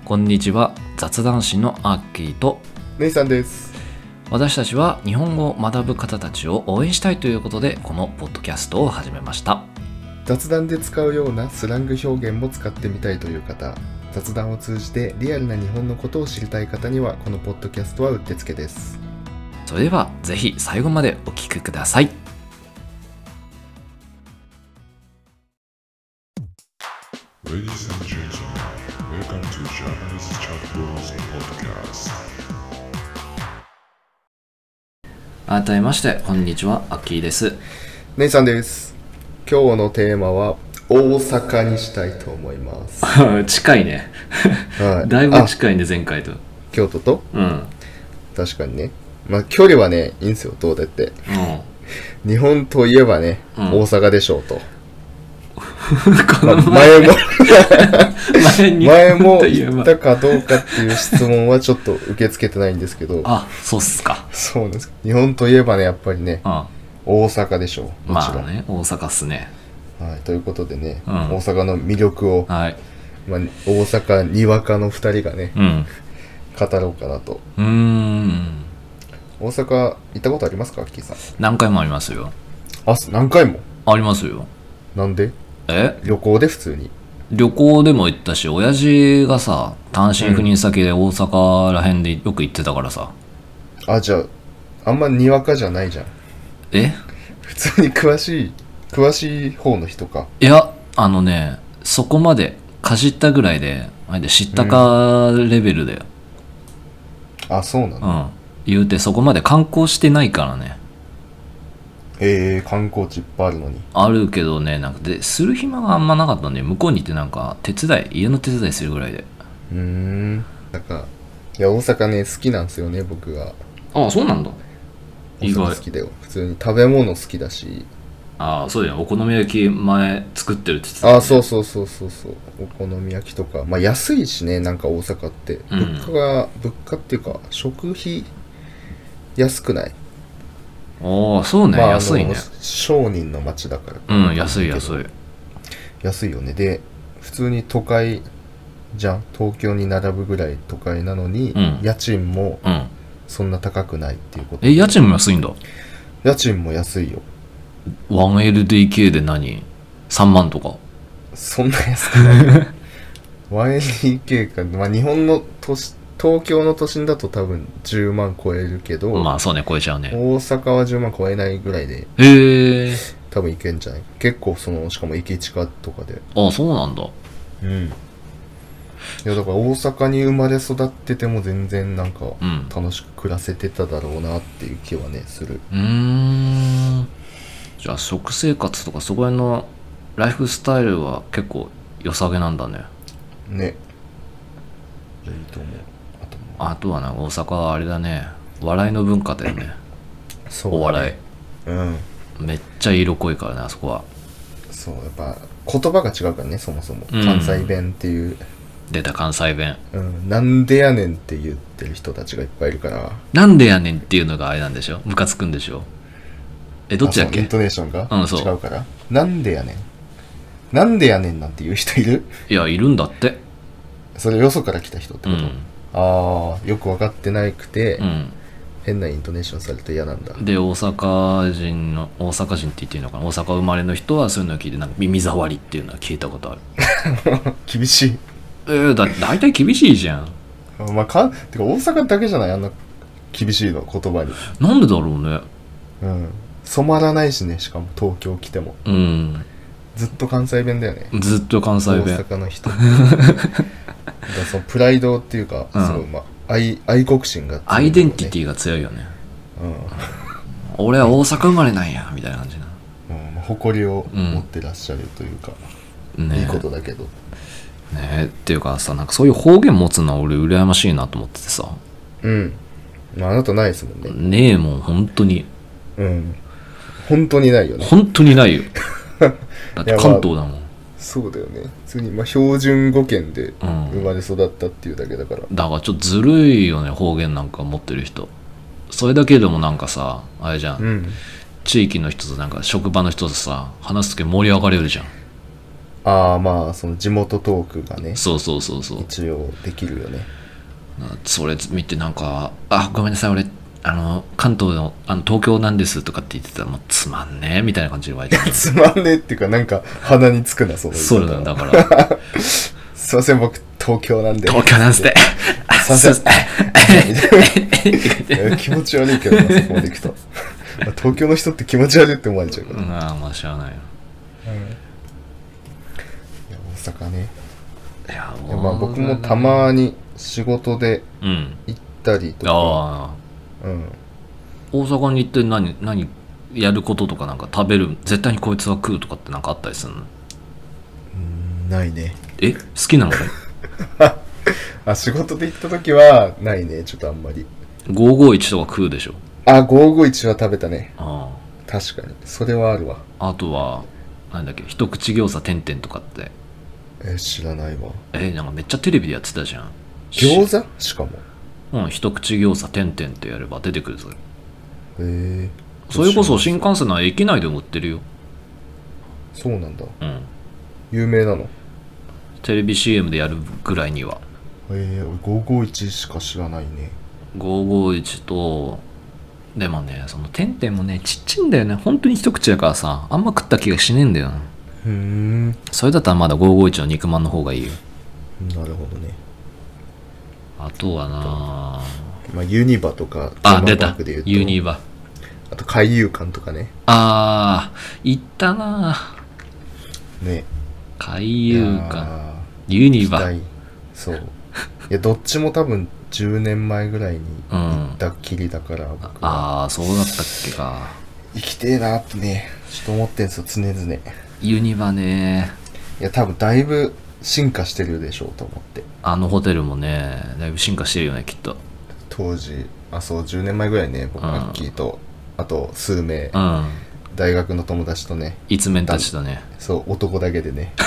こんにちは。雑談師のアッキーとネイさんです。 私たちは日本語を学ぶ方たちを応援したいということでこのポッドキャストを始めました。 雑談で使うようなスラング表現も使ってみたいという方、雑談を通じてリアルな日本のことを知りたい方にはこのポッドキャストはうってつけです。 それではぜひ最後までお聞きください。 Ladies and gentlemen, welcome to Japanese Chat Bros Podcast. 改めましてこんにちは、アッキーです。 ネイさんです。今日のテーマは大阪にしたいと思います。 近いね、 はい、 だいぶ近いね、前回と。 京都と、 うん確かにね。まあ距離はねいいんですよ、どうだって、日本といえばね、大阪でしょうと。 この前もといえば言ったかどうかっていう質問はちょっと受け付けてないんですけど、 あ、そうっすか。 そうなんです。日本といえばね、やっぱりね、大阪でしょう。もちろん。 まあね、大阪っすね。 はい、ということでね、 大阪の魅力を、 はい、 大阪にわかの2人がね、語ろうかなと。大阪行ったことありますか、アッキーさん。 何回もありますよ。 あ、何回もありますよ。 なんで？旅行で普通に。 旅行でも行ったし、親父がさ、単身赴任先で大阪らへんでよく行ってたからさ。 あ、じゃあ、あんまにわかじゃないじゃん。普通に詳しい方の人か。 いや、そこまでかじったぐらいで、知ったかレベルだよ。 あ、そうなの？ 言うてそこまで観光してないからね。 観光地いっぱいあるのに。 あるけどね、なんかする暇があんまなかったんで、向こうに行ってなんか家の手伝いするぐらいで。 なんか、いや、大阪ね、好きなんですよね、僕が。 ああ、そうなんだ。 意外。好きだよ。普通に食べ物好きだし。 ああ、そうだよ。お好み焼き前作ってるって言ってた、ね。 ああ、そう。お好み焼きとか。まあ、安いしね、なんか大阪って。物価っていうか、食費、安くない？ ああ、そうね、安いね。 商人の街だから。 安い。 安いよね。で、普通に都会じゃん。東京に並ぶぐらい都会なのに、家賃もそんな高くないっていうこと。 家賃も安いんだ。 家賃も安いよ。 1LDK で3万とか。 そんな安くない。1LDK か。まあ日本の東京の都心だと多分10万超えるけど、 まあそうね、超えちゃうね。 大阪は10万超えないぐらいで、多分行けんじゃない？結構しかも駅近とかで。 ああ、そうなんだ。 いやだから大阪に生まれ育ってても全然なんか楽しく暮らせてただろうなっていう気はねする。 じゃあ食生活とかそこら辺のライフスタイルは結構良さげなんだね。 ね。いいと思う。 あとは大阪はあれだね、笑いの文化だよね。 そうだね、 お笑い。めっちゃ色濃いからね、あそこは。 そう、やっぱ言葉が違うからね、そもそも。関西弁っていう。 出た、関西弁。 なんでやねんって言ってる人たちがいっぱいいるから。 なんでやねんっていうのがあれなんでしょ？ムカつくんでしょ？どっちだっけ？ イントネーションがそう違うから。なんでやねん。なんでやねんなんて言う人いる？ いや、いるんだって。それよそから来た人ってこと？ああ、よく分かってなくて、変なイントネーションされて嫌なんだ。 で、大阪人って言っていいのかな、大阪生まれの人はそういうのを聞いて耳障りっていうのは聞いたことある。 厳しい。 だいたい厳しいじゃん。 てか大阪だけじゃない、あんな厳しいの言葉に。 なんでだろうね。 染まらないしね、しかも東京来ても。ずっと関西弁だよね。 ずっと関西弁。 大阪の人。そのプライドっていうか、すごい愛国心が強い、ね、 アイデンティティが強いよね。俺は大阪生まれなんやみたいな感じな。 誇りを持ってらっしゃるというか、いいことだけどね。っていうかさ、なんかそういう方言持つのは俺羨ましいなと思っててさ。 あなたないですもんね。 ねえ、もう本当に。 本当にないよね。 本当にないよ。だって関東だもん。 そうだよね。普通に標準語圏で生まれ育ったっていうだけだから。 だからちょっとずるいよね、方言なんか持ってる人。それだけでもなんかさ、あれじゃん。地域の人となんか職場の人とさ、話すとき盛り上がれるじゃん。 ああ、まあその地元トークがねそうそうそうそう。 一応できるよね。 それ見てなんか、あ、ごめんなさい、俺、関東の、東京なんですとかって言ってたら、もうつまんねえみたいな感じで言われて。 つまんねえっていうか、なんか鼻につくな、その言い方。 そうなんだから。 すいません、僕東京なんで。 東京なんすって。 すいません。気持ち悪いけどな、そこまで行くと。東京の人って気持ち悪いって思われちゃうから。 ああ、まあしゃあないよ。 いや、大阪ね。 いや、 まあ僕もたまに仕事で行ったりとか、 ああ、大阪に行って何やることとか、なんか食べる、絶対にこいつは食うとかってなんかあったりするの？ ないね。 好きなの？ あ、仕事で行った時はないね、ちょっとあんまり。 551とか食うでしょ？ あ、551は食べたね。 ああ、確かにそれはあるわ。 あとはなんだっけ、一口餃子点々とかって。 知らないわ。 なんかめっちゃテレビでやってたじゃん。 餃子しかも。 一口餃子点々ってやれば出てくるぞ。 へえ。 それこそ新幹線の駅内でも売ってるよ。 そうなんだ。 うん。 有名なの？ テレビ CM でやるぐらいには。 俺551しか知らないね。 551と、でもね、その点々もね、ちっちゃいんだよね。本当に一口だからさ、あんま食った気がしねえんだよな。それだったらまだ551の肉まんの方がいいよ。 なるほどね。 あとはな、 まあユニバとか、 出た。ユニバ。 あと海遊館とかね。 行ったなね。 海遊館、ユニバ。 そう。いや、どっちも多分10年前ぐらいに行ったっきりだから、僕は。 そうだったっけか。 行きてえなってね、ちょっと思ってんすよ、常々。 ユニバね。 いや、多分だいぶ進化してるでしょうと思って。 ホテルもね、だいぶ進化してるよね、きっと。 当時、そう、10年前ぐらいね、僕、マッキーと、あと数名、大学の友達とね、 いつめんたちとね。 そう、男だけでね。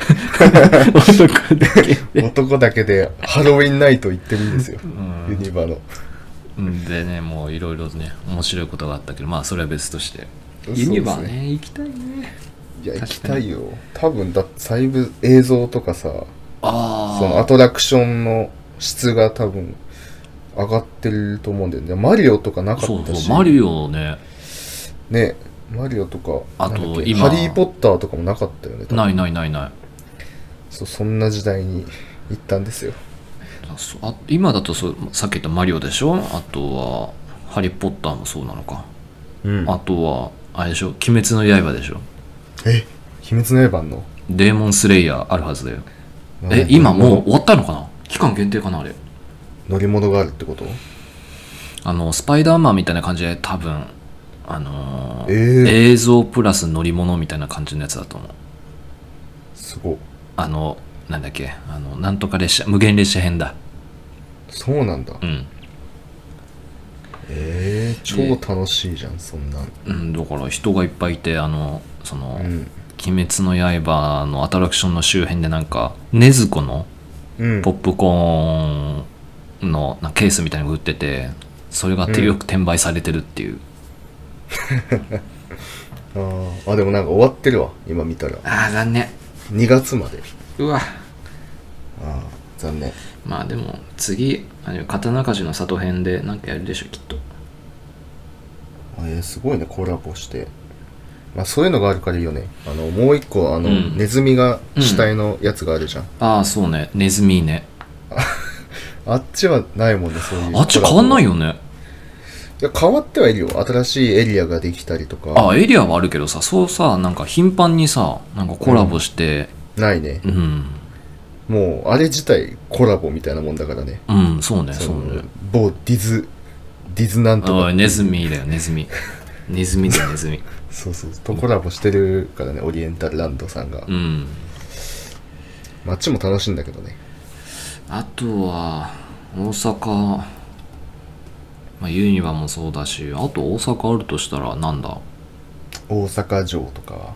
男だけで。 男だけでハロウィンナイト行ってるんですよ、ユニバの。 でね、もういろいろね、面白いことがあったけど、まあ、それは別として。ユニバね、行きたいね。 いや、行きたいよ。多分だいぶ映像とかさ、そのアトラクションの質が多分上がってると思うんだよね。マリオとかなかったし。 そうマリオね。 ね、マリオとか、 あと今ハリー・ポッターとかもなかったよね。 ない。 そんな時代に行ったんですよ。 今だとさっき言ったマリオでしょ。あとはハリー・ポッターもそうなのか。あとはあれでしょ、鬼滅の刃でしょ。 鬼滅の刃のデーモンスレイヤーあるはずだよ。今もう終わったのかな。期間限定かな、あれ。 乗り物があるってこと？ スパイダーマンみたいな感じで、多分映像プラス乗り物みたいな感じのやつだと思う。 すごっ。 なんだっけ、なんとか列車、無限列車編だ。 そうなんだ。 うん。 超楽しいじゃん、そんな。 だから人がいっぱいいて、鬼滅の刃のアトラクションの周辺でなんか、禰豆子のポップコーンのケースみたいなのが売ってて、それがよく転売されてるっていう。 でもなんか終わってるわ、今見たら。 残念。 2月まで。 うわ。 残念。 まあでも次刀鍛冶の里編でなんかやるでしょ、きっと。 すごいね、コラボして。まあそういうのがあるからいいよね。もう一個ネズミが主体のやつがあるじゃん。 そうね、ネズミね。 あっちはないもんね、そういう。 あっち変わんないよね。 いや、変わってはいるよ。新しいエリアができたりとか。 エリアはあるけどさ、そうさ、なんか頻繁にさ、なんかコラボして、 ないね。もうあれ自体コラボみたいなもんだからね。 そうね。 某ディズなんとか。 ネズミだよ、ネズミ。ネズミだよ、ネズミ。 そうとコラボしてるからね、オリエンタルランドさんが。あっちも楽しいんだけどね。 あとは大阪、ユニバもそうだし、あと大阪あるとしたらなんだ。 大阪城とか。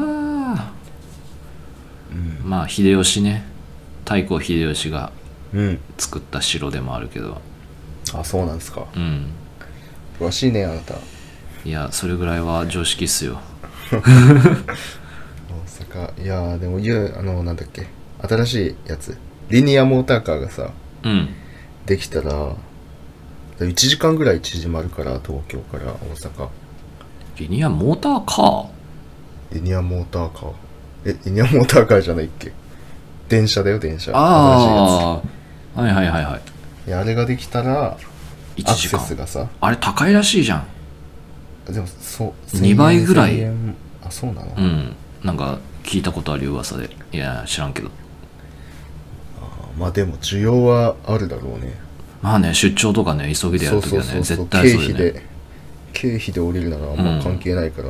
まあ秀吉ね、太閤秀吉が作った城でもあるけど。 そうなんですか。詳しいね、あなた。 いや、それぐらいは常識っすよ。 大か、いやーでもなんだっけ、新しいやつ、リニアモーターカーがさ、できたら1時間ぐらい縮まるから、東京から大阪。 リニアモーターカー？ リニアモーターカー、リニアモーターカーじゃないっけ？電車だよ、電車。 ああ、はいはいはいはい。 いや、あれができたら 1 アク時間セスがさ、 あれ高いらしいじゃん。 でもそう 2倍ぐらい。 あ、そうなの？ なんか聞いたことある噂で。いや知らんけど。 まあでも需要はあるだろうね。 まあね、出張とかね、急ぎでやるときはね、絶対そうだよね。 経費で降りるならあんま関係ないから、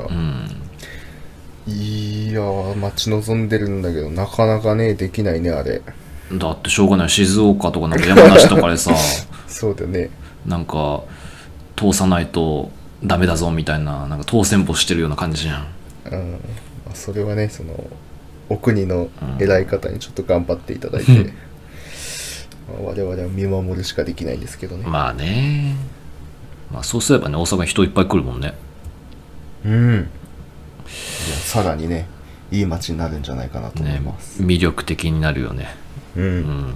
いやー、待ち望んでるんだけど、なかなかね、できないね、あれ。 だってしょうがない。静岡とかなんか山梨とかでさそうだね、 なんか通さないとダメだぞみたいな、なんか当選簿してるような感じじゃん。 それはね、そのお国の偉い方にちょっと頑張っていただいて、我々は見守るしかできないんですけどね。 まあね、まあそうすればね、大阪に人いっぱい来るもんね。 さらにね、いい街になるんじゃないかなと思います。 魅力的になるよね。 という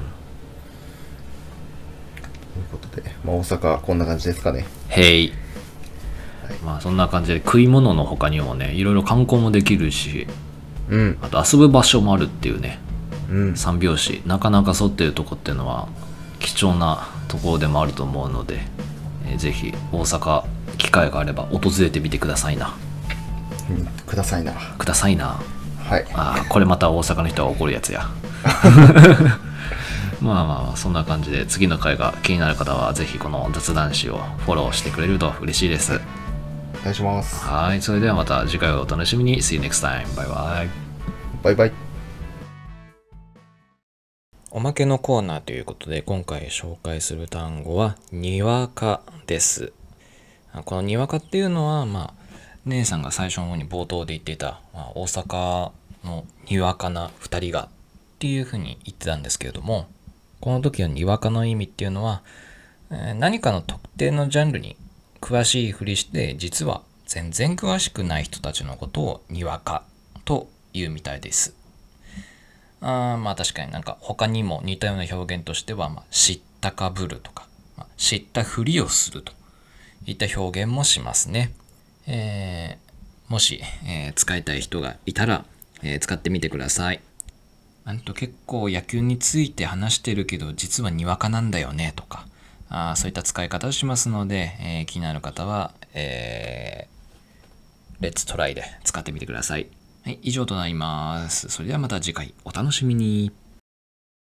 ことで、大阪はこんな感じですかね。 へい。まあそんな感じで、食い物の他にもね、いろいろ観光もできるし、あと遊ぶ場所もあるっていうね、三拍子、なかなか沿ってるとこっていうのは貴重なところでもあると思うので、ぜひ大阪機会があれば訪れてみてくださいな。 くださいな。 くださいな。 はい。 これまた大阪の人は怒るやつや。まあそんな感じで、次の回が気になる方はぜひこの雑談誌をフォローしてくれると嬉しいです。 お願いします。 はい、それではまた次回をお楽しみに。See you next time. バイバイ。 バイバイ。 おまけのコーナーということで、今回紹介する単語はにわかです。このにわかっていうのは、姉さんが最初の方に冒頭で言っていた、大阪のにわかな2人がっていうふうに言ってたんですけれども、この時のにわかの意味っていうのは、何かの特定のジャンルに詳しいふりして、実は全然詳しくない人たちのことをにわかというみたいです。確かになんか他にも似たような表現としては、知ったかぶるとか、知ったふりをするといった表現もしますね。もし、使いたい人がいたら、使ってみてください。結構野球について話してるけど実はにわかなんだよねとか、そういった使い方をしますので、気になる方は、レッツトライで使ってみてください。はい、以上となります。それではまた次回お楽しみに。